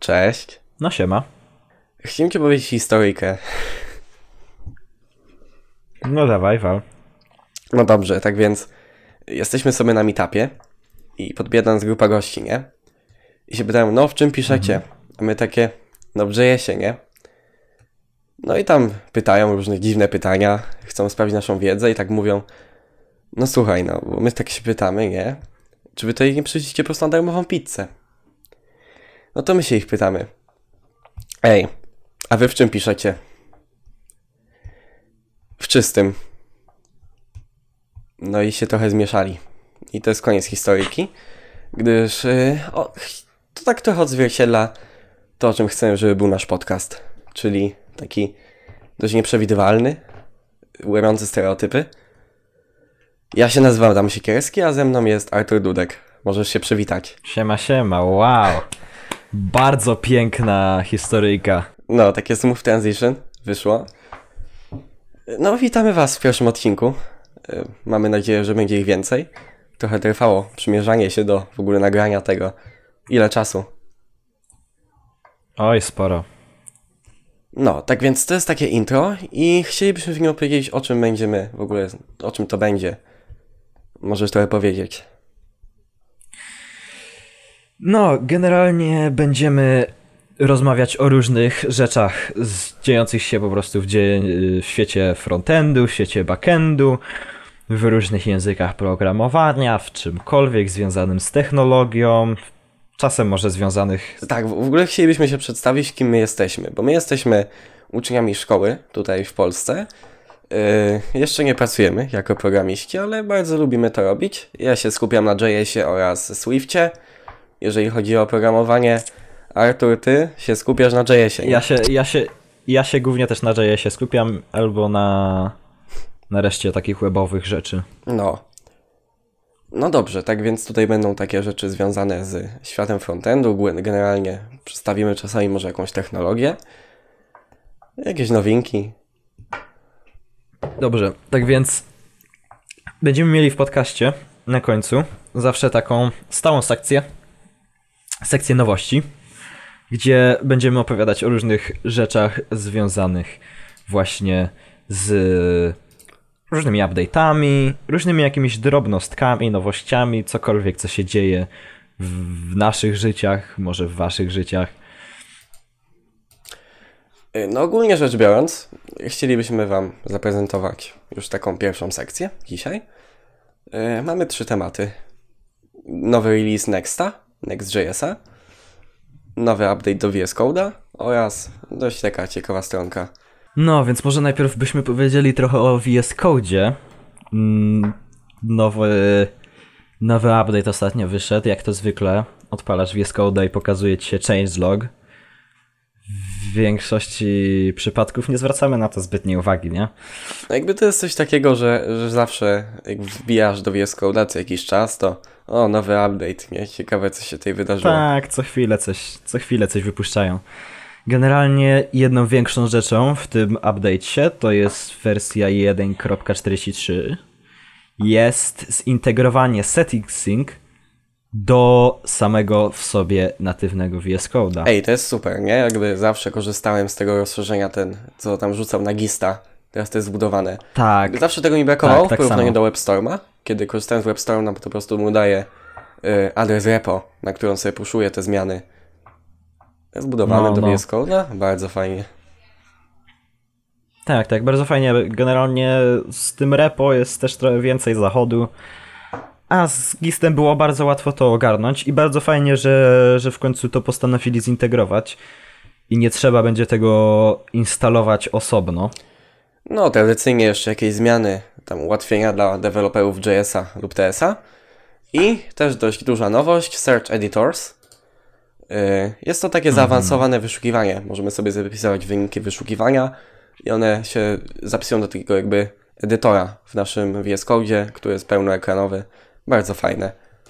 Cześć. No siema. Chciałem ci powiedzieć historyjkę. No dawaj, wal. No dobrze, tak więc jesteśmy sobie na meetupie i podbiega nas grupa gości, nie? I się pytają, no w czym piszecie? A my takie, no w JS-ie, nie? No i tam pytają różne dziwne pytania, chcą sprawdzić naszą wiedzę i tak mówią, no słuchaj, no, bo my tak się pytamy, nie? Czy wy tutaj nie przyjdziecie po prostu na darmową pizzę? No to my się ich pytamy. Ej, a wy w czym piszecie? W czystym. No i się trochę zmieszali. I to jest koniec historyjki, gdyż to tak trochę odzwierciedla to, o czym chcemy, żeby był nasz podcast. Czyli taki dość nieprzewidywalny, łamiący stereotypy. Ja się nazywam Adam Siekierski, a ze mną jest Artur Dudek. Możesz się przywitać. Siema, wow. Bardzo piękna historyjka. No, takie smooth transition wyszło. No, witamy was w pierwszym odcinku. Mamy nadzieję, że będzie ich więcej. Trochę trwało przymierzanie się do w ogóle nagrania tego. Ile czasu? Oj, sporo. No, tak więc to jest takie intro i chcielibyśmy w nim opowiedzieć, o czym będziemy w ogóle, o czym to będzie. Możesz trochę powiedzieć. No, generalnie będziemy rozmawiać o różnych rzeczach dziejących się po prostu w świecie frontendu, w świecie backendu, w różnych językach programowania, w czymkolwiek związanym z technologią, czasem może związanych... Tak, w ogóle chcielibyśmy się przedstawić, kim my jesteśmy, bo my jesteśmy uczniami szkoły tutaj w Polsce. Jeszcze nie pracujemy jako programiści, ale bardzo lubimy to robić. Ja się skupiam na JS-ie oraz Swiftie, jeżeli chodzi o programowanie. Artur, ty się skupiasz na JS-ie, nie? Ja się głównie też na JS-ie skupiam, albo na reszcie takich webowych rzeczy. No dobrze, tak więc tutaj będą takie rzeczy związane z światem frontendu. Generalnie przedstawimy czasami może jakąś technologię, jakieś nowinki. Dobrze, tak więc będziemy mieli w podcaście na końcu zawsze taką stałą sekcję nowości, gdzie będziemy opowiadać o różnych rzeczach związanych właśnie z różnymi update'ami, różnymi jakimiś drobnostkami, nowościami, cokolwiek, co się dzieje w naszych życiach, może w waszych życiach. No ogólnie rzecz biorąc, chcielibyśmy wam zaprezentować już taką pierwszą sekcję dzisiaj. Mamy 3 tematy. Nowy release Next.jsa, nowy update do VS Code'a oraz dość taka ciekawa stronka. No, więc może najpierw byśmy powiedzieli trochę o VS Code'zie. Nowy update ostatnio wyszedł, jak to zwykle. Odpalasz VS Code'a i pokazuje ci się changelog. W większości przypadków nie zwracamy na to zbytniej uwagi, nie? No jakby to jest coś takiego, że zawsze jak wbijasz do VS Code'a co jakiś czas, to nowy update, nie? Ciekawe, co się tutaj wydarzyło. Tak, co chwilę coś wypuszczają. Generalnie jedną większą rzeczą w tym update'cie to jest wersja 1.43. Jest zintegrowanie SettingSync do samego w sobie natywnego VS Code'a. Ej, to jest super, nie? Jakby zawsze korzystałem z tego rozszerzenia, co tam rzucał na Gista. Teraz to jest zbudowane. Tak. Zawsze tego mi brakowało tak w porównaniu samo. do WebStorma. Kiedy korzystałem z WebStorma, to po prostu mu daje adres repo, na którą sobie puszuję te zmiany. Zbudowane do VS Code'a. Bardzo fajnie. Tak, bardzo fajnie. Generalnie z tym repo jest też trochę więcej zachodu. A z Gistem było bardzo łatwo to ogarnąć i bardzo fajnie, że w końcu to postanowili zintegrować i nie trzeba będzie tego instalować osobno. No, tradycyjnie jeszcze jakieś zmiany, tam ułatwienia dla deweloperów JS-a lub TS-a. I też dość duża nowość, Search Editors. Jest to takie zaawansowane wyszukiwanie. Możemy sobie zapisywać wyniki wyszukiwania i one się zapisują do takiego jakby edytora w naszym VS Code'zie, który jest pełnoekranowy. Bardzo fajne.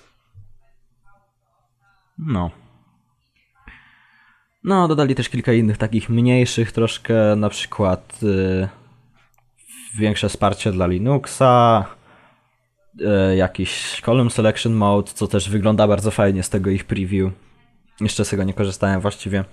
No, dodali też kilka innych takich mniejszych troszkę, na przykład większe wsparcie dla Linuxa, jakiś column selection mode, co też wygląda bardzo fajnie z tego ich preview. Jeszcze z tego nie korzystałem właściwie.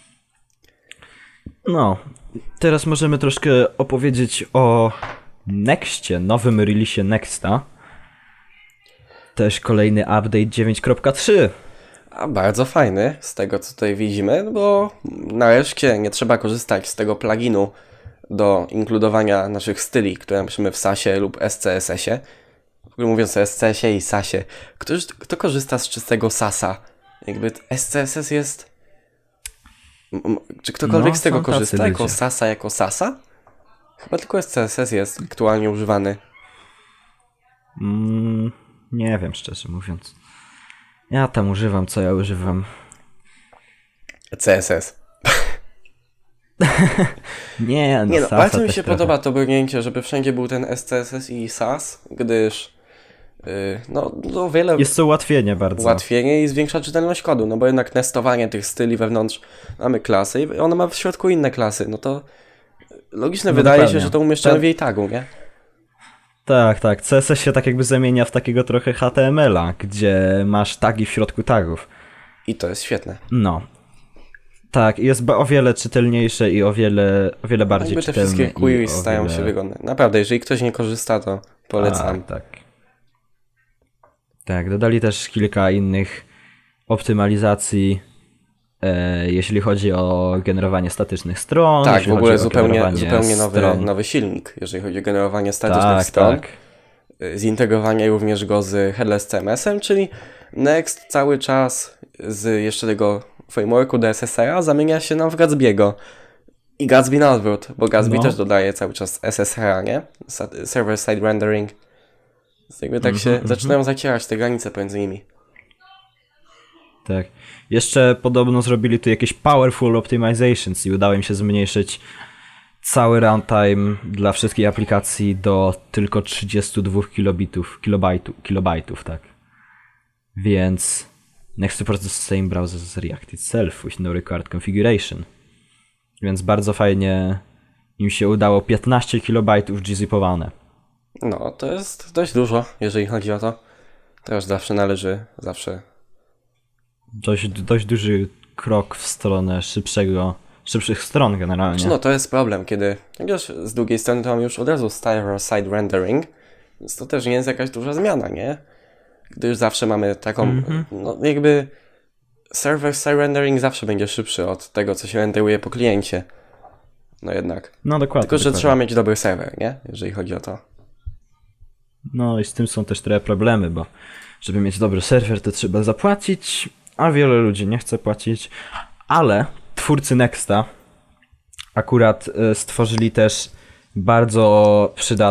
No, teraz możemy troszkę opowiedzieć o Nexcie, nowym releasie Nexta. Też kolejny update 9.3. A bardzo fajny z tego, co tutaj widzimy, no bo nareszcie nie trzeba korzystać z tego pluginu do inkludowania naszych styli, które musimy w SASie lub SCSS-ie. W ogóle mówiąc o SCS-ie i SASie, kto korzysta z czystego SASa? Jakby SCSS jest... Czy ktokolwiek z tego korzysta jako SASa, jako SASa? Chyba tylko SCSS jest aktualnie używany. Nie wiem, szczerze mówiąc. Ja tam używam, co ja używam. CSS. Nie, no bardzo mi się podoba to brnięcie, żeby wszędzie był ten SCSS i SAS, gdyż no wiele... Jest to ułatwienie bardzo. Ułatwienie i zwiększa czytelność kodu, no bo jednak nestowanie tych styli wewnątrz mamy klasy i ona ma w środku inne klasy, no to logiczne wydaje dokładnie. Się, że to umieszczamy w jej tagu, nie? Tak. CSS się tak jakby zamienia w takiego trochę HTML-a, gdzie masz tagi w środku tagów. I to jest świetne. No. Tak, jest o wiele czytelniejsze i o wiele bardziej czytelne. Te wszystkie queries stają się wygodne. Naprawdę, jeżeli ktoś nie korzysta, to polecam. Tak, dodali też kilka innych optymalizacji, jeśli chodzi o generowanie statycznych stron. Tak, w ogóle zupełnie nowy silnik, jeżeli chodzi o generowanie statycznych stron. Tak. Zintegrowanie również go z Headless CMS-em, czyli Next cały czas z jeszcze tego frameworku do SSR-a zamienia się nam w Gatsby'ego. I Gatsby na odwrót, bo Gatsby też dodaje cały czas SSR-a, nie? Server-side rendering. Jakby tak się zaczynają zacierać te granice pomiędzy nimi. Tak. Jeszcze podobno zrobili tu jakieś powerful optimizations i udało im się zmniejszyć cały runtime dla wszystkich aplikacji do tylko 32 kilobajtów, tak. Więc Next supports the same browser as React itself with no required configuration. Więc bardzo fajnie im się udało 15 kilobajtów gzipowane. No, to jest dość dużo, jeżeli chodzi o to. Też zawsze należy, Dość duży krok w stronę szybszych stron generalnie. No to jest problem, kiedy z drugiej strony to mam już od razu server-side rendering, więc to też nie jest jakaś duża zmiana, nie? Gdyż zawsze mamy taką, no jakby server-side rendering zawsze będzie szybszy od tego, co się renderuje po kliencie. No jednak. No dokładnie. Tylko, że trzeba mieć dobry serwer, nie? Jeżeli chodzi o to. No i z tym są też trochę problemy, bo żeby mieć dobry serwer, to trzeba zapłacić, a wiele ludzi nie chce płacić, ale twórcy Nexta akurat stworzyli też bardzo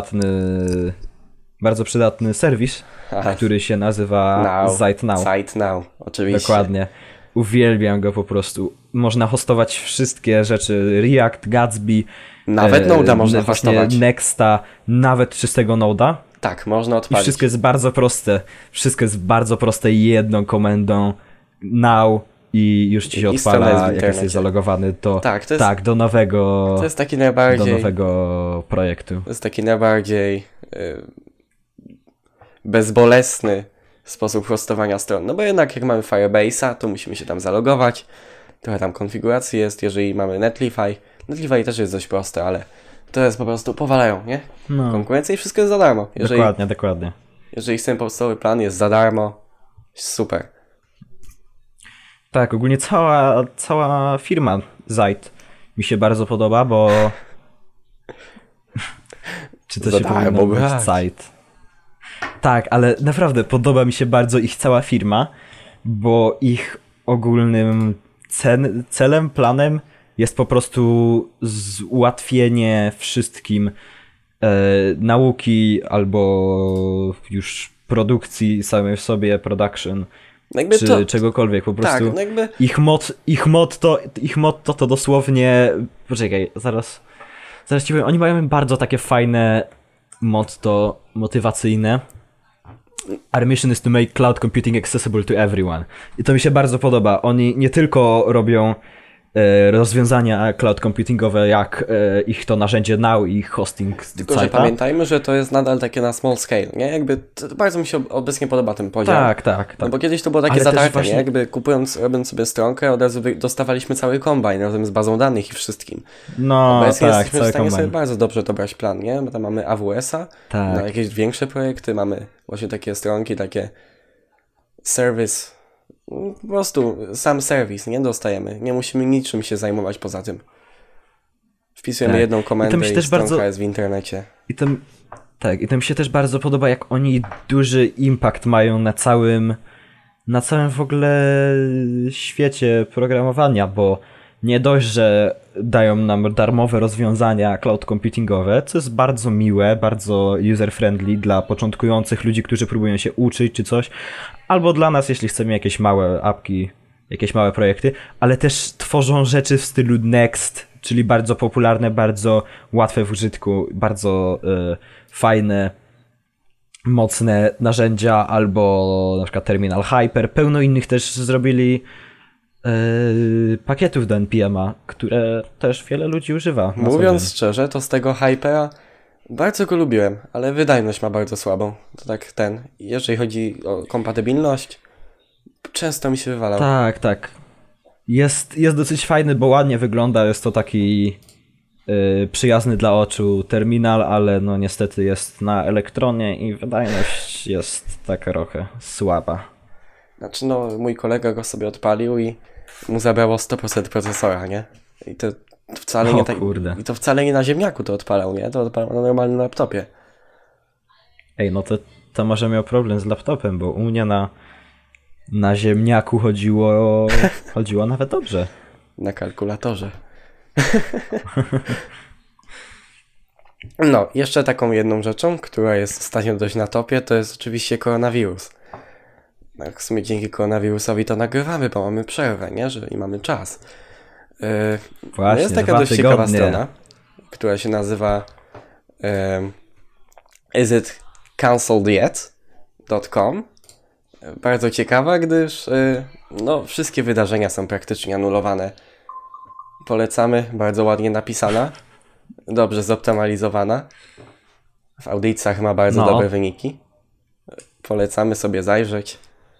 przydatny serwis, który się nazywa Site Now, oczywiście. Dokładnie. Uwielbiam go po prostu. Można hostować wszystkie rzeczy, React, Gatsby, nawet Node'a można hostować. Nexta, nawet czystego Node'a. Tak, można odpalić. I wszystko jest bardzo proste. Wszystko jest bardzo proste jedną komendą now i już ci się odpala, jak jesteś zalogowany do nowego to jest taki najbardziej, do nowego projektu. To jest taki najbardziej bezbolesny sposób hostowania stron. No bo jednak jak mamy Firebase'a, to musimy się tam zalogować. Trochę tam konfiguracji jest, jeżeli mamy Netlify. Netlify też jest dość proste, ale to jest po prostu, powalają, nie? No. Konkurencję i wszystko jest za darmo. Dokładnie. Jeżeli chcemy podstawowy plan, jest za darmo. Super. Tak, ogólnie cała firma Zite mi się bardzo podoba, bo... Czy to się powinno być Zite? Tak, ale naprawdę podoba mi się bardzo ich cała firma, bo ich ogólnym celem, planem jest po prostu ułatwienie wszystkim nauki albo już produkcji samej w sobie, production, czy czegokolwiek. Po prostu ich motto to dosłownie... Poczekaj, zaraz ci powiem. Oni mają bardzo takie fajne motto motywacyjne. Our mission is to make cloud computing accessible to everyone. I to mi się bardzo podoba. Oni nie tylko robią rozwiązania cloud computingowe, jak ich to narzędzie Now i ich hosting z Tylko, że Zeita. pamiętajmy, że to jest nadal takie na small scale, nie? Jakby bardzo mi się obecnie podoba ten podział. Tak. No bo kiedyś to było takie Ale też zatarte, właśnie- nie? Jakby robiąc sobie stronkę, od razu dostawaliśmy cały kombajn razem z bazą danych i wszystkim. No Obecnie tak, jesteśmy w cały stanie sobie kombajn. bardzo dobrze dobrać plan, nie? Bo tam mamy AWS-a, Tak. na jakieś większe projekty, mamy właśnie takie stronki, takie service, po prostu sam serwis, nie? Dostajemy. Nie musimy niczym się zajmować poza tym. Wpisujemy Tak. jedną I to komendę mi się i też stronka bardzo- jest w internecie. I to mi się też bardzo podoba, jak oni duży impact mają na całym w ogóle świecie programowania, bo nie dość, że dają nam darmowe rozwiązania cloud computingowe, co jest bardzo miłe, bardzo user-friendly dla początkujących ludzi, którzy próbują się uczyć czy coś, albo dla nas, jeśli chcemy jakieś małe apki, jakieś małe projekty, ale też tworzą rzeczy w stylu Next, czyli bardzo popularne, bardzo łatwe w użytku, bardzo fajne, mocne narzędzia, albo na przykład Terminal Hyper. Pełno innych też zrobili pakietów do NPM-a, które też wiele ludzi używa. na co Mówiąc dzień. szczerze, to z tego Hypera bardzo go lubiłem, ale wydajność ma bardzo słabą. To tak jeżeli chodzi o kompatybilność, często mi się wywalał. Tak. Jest dosyć fajny, bo ładnie wygląda, jest to taki przyjazny dla oczu terminal, ale no niestety jest na elektronie i wydajność jest taka trochę słaba. Znaczy mój kolega go sobie odpalił i mu zabrało 100% procesora, nie? I to wcale nie tak. Kurde. I to wcale nie na ziemniaku to odpalał, nie? To odpalał na normalnym laptopie. Ej, no to może miał problem z laptopem, bo u mnie na ziemniaku chodziło nawet dobrze. Na kalkulatorze. No, jeszcze taką jedną rzeczą, która jest ostatnio dość na topie, to jest oczywiście koronawirus. Tak, w sumie dzięki koronawirusowi to nagrywamy, bo mamy przerwę, nie? I mamy czas. Właśnie, jest taka 2 dość ciekawa tygodnie. strona, która się nazywa isitcancelledyet.com. Bardzo ciekawa, gdyż wszystkie wydarzenia są praktycznie anulowane. Polecamy, bardzo ładnie napisana, dobrze zoptymalizowana. W audycjach ma bardzo dobre wyniki. Polecamy sobie zajrzeć.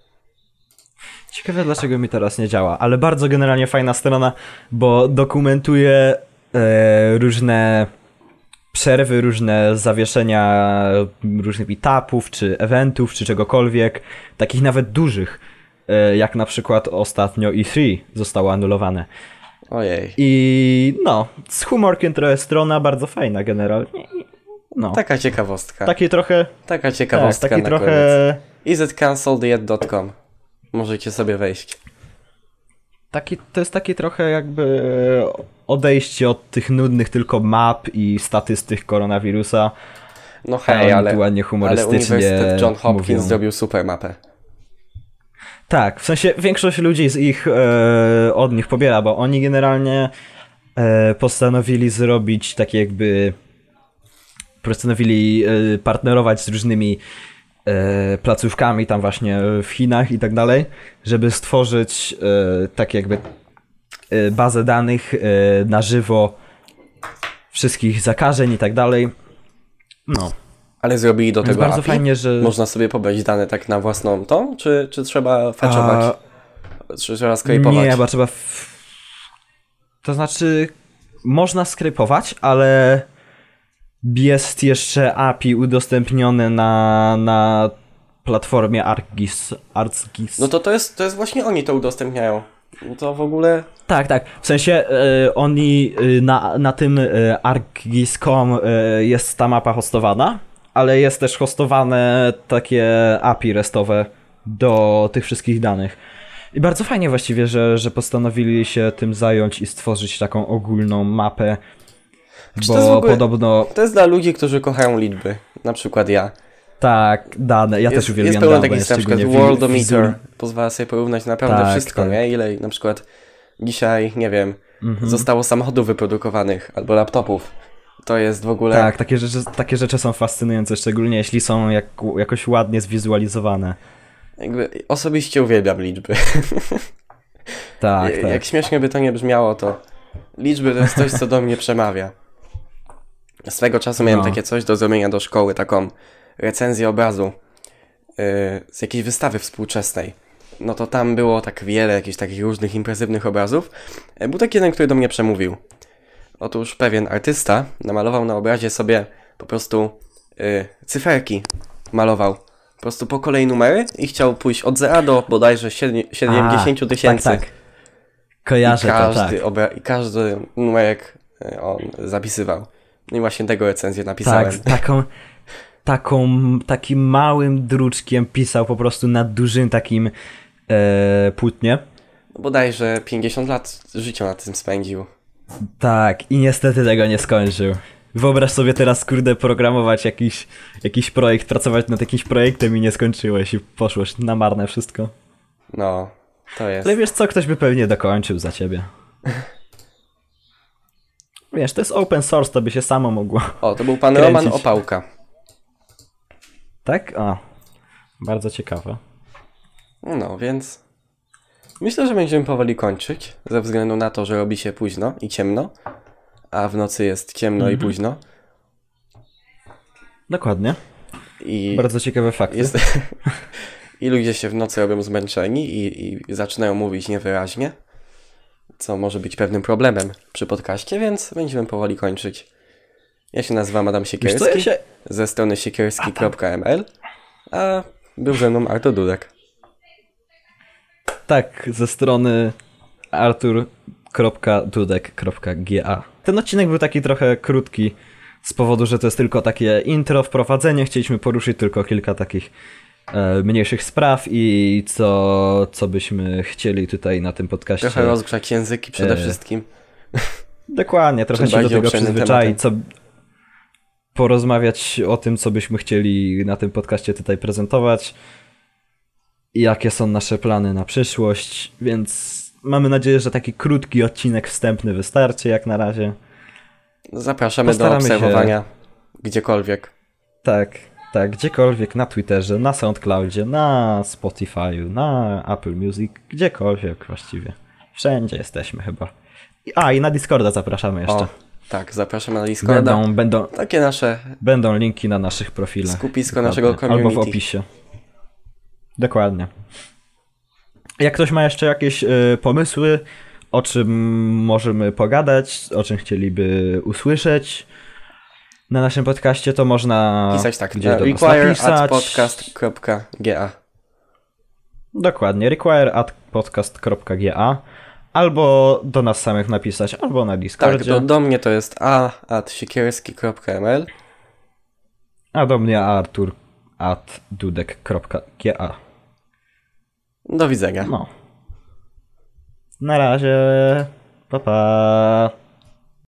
Ciekawe, dlaczego mi teraz nie działa, ale bardzo generalnie fajna strona, bo dokumentuje różne przerwy, różne zawieszenia różnych etapów, czy eventów, czy czegokolwiek, takich nawet dużych, jak na przykład ostatnio E3 zostało anulowane. Ojej. I z humorkiem trochę strona, bardzo fajna generalnie. Taka ciekawostka. Taki trochę... Taka ciekawostka taki na trochę... koniec. isitcancelledyet.com. Możecie sobie wejść. To jest takie trochę jakby odejście od tych nudnych tylko map i statystyk koronawirusa. No hej, ale ładnie humorystycznie Uniwersytet John Hopkins mówią. zrobił super mapę. Tak, w sensie większość ludzi od nich pobiera, bo oni generalnie postanowili zrobić takie jakby... Postanowili partnerować z różnymi placówkami tam właśnie w Chinach i tak dalej, żeby stworzyć takie jakby bazę danych na żywo wszystkich zakażeń i tak dalej. Ale zrobili do tego bardzo API? fajnie, że... Można sobie pobrać dane tak na własną tą? Czy trzeba fetchować? Czy trzeba skrypować? Nie, chyba trzeba... To znaczy można skrypować, ale jest jeszcze API udostępnione na platformie ArcGIS. No to jest właśnie oni to udostępniają. To w ogóle... Tak. W sensie oni na tym ArcGIS.com jest ta mapa hostowana, ale jest też hostowane takie API restowe do tych wszystkich danych. I bardzo fajnie właściwie, że postanowili się tym zająć i stworzyć taką ogólną mapę, Czy bo to jest w ogóle... podobno... To jest dla ludzi, którzy kochają liczby. Na przykład ja. Tak, dane. Ja też uwielbiam jest pełno dane. takich, na przykład szczególnie Worldometer pozwala sobie porównać naprawdę Tak, wszystko, tak. nie? Ile na przykład dzisiaj, nie wiem, zostało samochodów wyprodukowanych albo laptopów. To jest w ogóle... Tak, takie rzeczy są fascynujące, szczególnie jeśli są jakoś ładnie zwizualizowane. Jakby osobiście uwielbiam liczby. Tak, tak. Jak śmiesznie by to nie brzmiało, to liczby to jest coś, co do mnie przemawia. Swego czasu miałem takie coś do zrobienia do szkoły, taką recenzję obrazu z jakiejś wystawy współczesnej. No to tam było tak wiele jakichś takich różnych impresywnych obrazów. Był taki jeden, który do mnie przemówił. Otóż pewien artysta namalował na obrazie sobie po prostu cyferki. Malował po prostu po kolei numery i chciał pójść od 0 do bodajże 70 tysięcy. Tak. Kojarzę I każdy numerek on zapisywał. No i właśnie tego recenzję napisałem. Tak, takim małym druczkiem pisał po prostu na dużym takim płótnie. Bodajże 50 lat życia na tym spędził. Tak, i niestety tego nie skończył. Wyobraź sobie teraz, kurde, programować jakiś projekt, pracować nad jakimś projektem i nie skończyłeś i poszłeś na marne wszystko. No, to jest. Ale wiesz co, ktoś by pewnie dokończył za ciebie. Wiesz, to jest open source, to by się samo mogło. O, to był pan kręcić. Roman Opałka. Tak? O, bardzo ciekawe. No, więc myślę, że będziemy powoli kończyć, ze względu na to, że robi się późno i ciemno, a w nocy jest ciemno i późno. Dokładnie. I bardzo ciekawe fakty. I ludzie się w nocy robią zmęczeni i zaczynają mówić niewyraźnie, co może być pewnym problemem przy podcaście, więc będziemy powoli kończyć. Ja się nazywam Adam Siekierski, ze strony siekierski.ml, a był ze mną Artur Dudek. Tak, ze strony artur.dudek.ga. Ten odcinek był taki trochę krótki, z powodu, że to jest tylko takie intro, wprowadzenie. Chcieliśmy poruszyć tylko kilka takich mniejszych spraw i co byśmy chcieli tutaj na tym podcaście. Trochę rozgrzać języki przede wszystkim. Dokładnie, trochę się do tego przyzwyczaić, porozmawiać o tym, co byśmy chcieli na tym podcaście tutaj prezentować i jakie są nasze plany na przyszłość, więc mamy nadzieję, że taki krótki odcinek wstępny wystarczy jak na razie. Zapraszamy do obserwowania gdziekolwiek. Tak, gdziekolwiek, na Twitterze, na SoundCloudzie, na Spotify'u, na Apple Music, gdziekolwiek właściwie. Wszędzie jesteśmy chyba. I na Discorda zapraszamy jeszcze. O, tak, zapraszamy na Discorda. Takie nasze... Będą linki na naszych profilach. Skupisko naszego community. Albo w opisie. Dokładnie. Jak ktoś ma jeszcze jakieś pomysły, o czym możemy pogadać, o czym chcieliby usłyszeć na naszym podcaście, to można pisać tak, require@podcast.ga. Dokładnie, require@podcast.ga, albo do nas samych napisać, albo na Discordzie. Tak, do mnie to jest a@siekierski.ml, a do mnie artur@dudek.ga. Do widzenia. No. Na razie. Pa, pa.